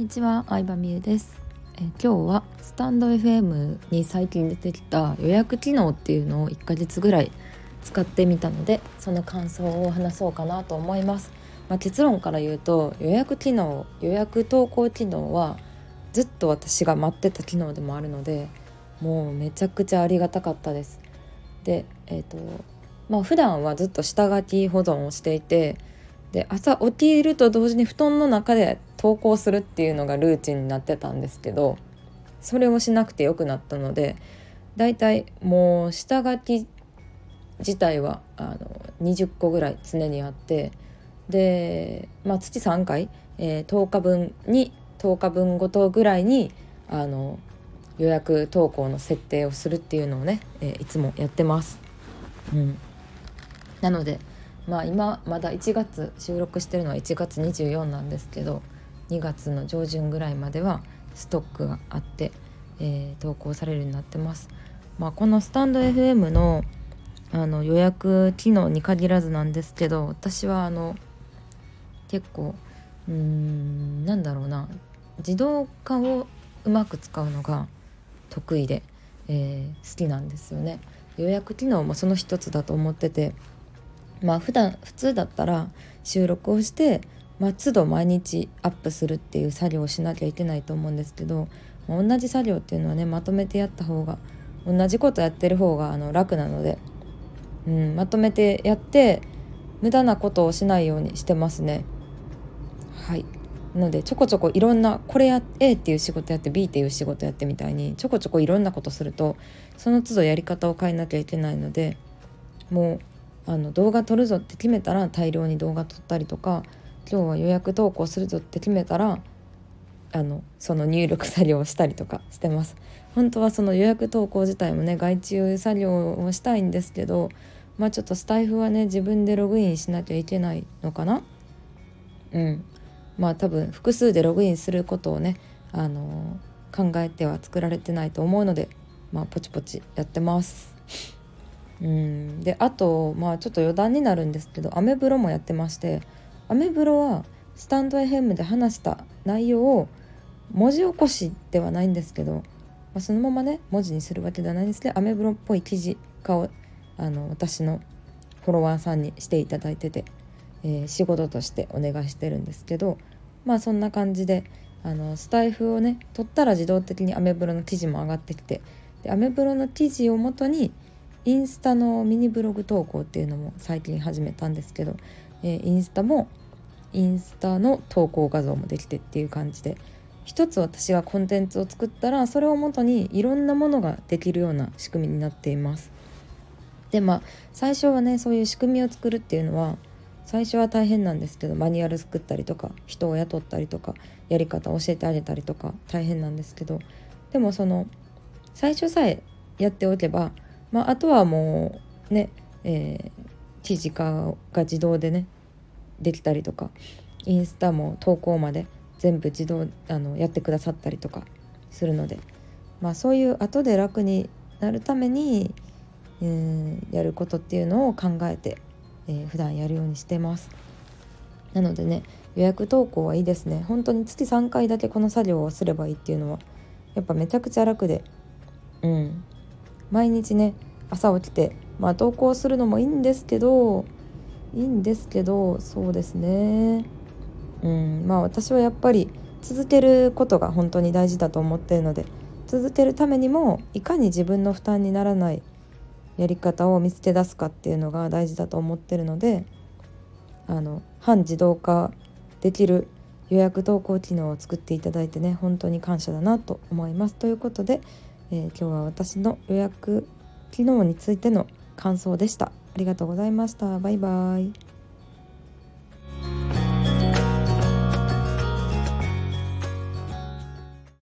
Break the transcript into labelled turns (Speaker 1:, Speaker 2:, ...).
Speaker 1: にちは、相葉美優です。今日はスタンド FM に最近出てきた予約機能っていうのを1ヶ月ぐらい使ってみたので、その感想を話そうかなと思います。結論から言うと、予約投稿機能はずっと私が待ってた機能でもあるので、もうめちゃくちゃありがたかったです。で、普段はずっと下書き保存をしていて、で朝起きると同時に布団の中で投稿するっていうのがルーチンになってたんですけど、それをしなくてよくなったので、だいたいもう下書き自体は20個ぐらい常にあって、で、月3回、10日分ごとぐらいに予約投稿の設定をするっていうのをね、いつもやってます。なので今まだ1月収録してるのは1月24なんですけど、2月の上旬ぐらいまではストックがあって、投稿されるようになってます。このスタンド FM の予約機能に限らずなんですけど、私は結構自動化をうまく使うのが得意で、好きなんですよね。予約機能もその一つだと思ってて、普通だったら収録をして、都度毎日アップするっていう作業をしなきゃいけないと思うんですけど、同じ作業っていうのはね、まとめてやった方が、同じことやってる方が楽なので、まとめてやって無駄なことをしないようにしてますね。なのでちょこちょこいろんな、これや A っていう仕事やって B っていう仕事やってみたいに、ちょこちょこいろんなことすると、その都度やり方を変えなきゃいけないので、もう動画撮るぞって決めたら大量に動画撮ったりとか、今日は予約投稿するぞって決めたらその入力作業をしたりとかしてます。本当はその予約投稿自体もね、外注作業をしたいんですけど、ちょっとスタイフはね、自分でログインしなきゃいけないのかな。多分複数でログインすることをね、考えては作られてないと思うので、ポチポチやってます。であとちょっと余談になるんですけど、アメブロもやってまして、アメブロはスタンド FM で話した内容を文字起こしではないんですけど、そのままね文字にするわけではないんですけど、アメブロっぽい記事化を私のフォロワーさんにしていただいてて、仕事としてお願いしてるんですけど、そんな感じでスタイフをね取ったら自動的にアメブロの記事も上がってきて、でアメブロの記事をもとにインスタのミニブログ投稿っていうのも最近始めたんですけど、インスタの投稿画像もできてっていう感じで、一つ私がコンテンツを作ったら、それをもとにいろんなものができるような仕組みになっています。で最初はね、そういう仕組みを作るっていうのは最初は大変なんですけど、マニュアル作ったりとか、人を雇ったりとか、やり方を教えてあげたりとか大変なんですけど、でもその最初さえやっておけば、あとはもうね、記事化が自動でねできたりとか、インスタも投稿まで全部自動やってくださったりとかするので、そういう後で楽になるために、やることっていうのを考えて、普段やるようにしてます。なのでね、予約投稿はいいですね。本当に月3回だけこの作業をすればいいっていうのはやっぱめちゃくちゃ楽で、毎日ね朝起きて投稿するのもいいんですけど、そうですね、私はやっぱり続けることが本当に大事だと思っているので、続けるためにもいかに自分の負担にならないやり方を見つけ出すかっていうのが大事だと思ってるので、半自動化できる予約投稿機能を作っていただいてね、本当に感謝だなと思います。ということで、今日は私の予約機能についての感想でした。ありがとうございました。バイバイ。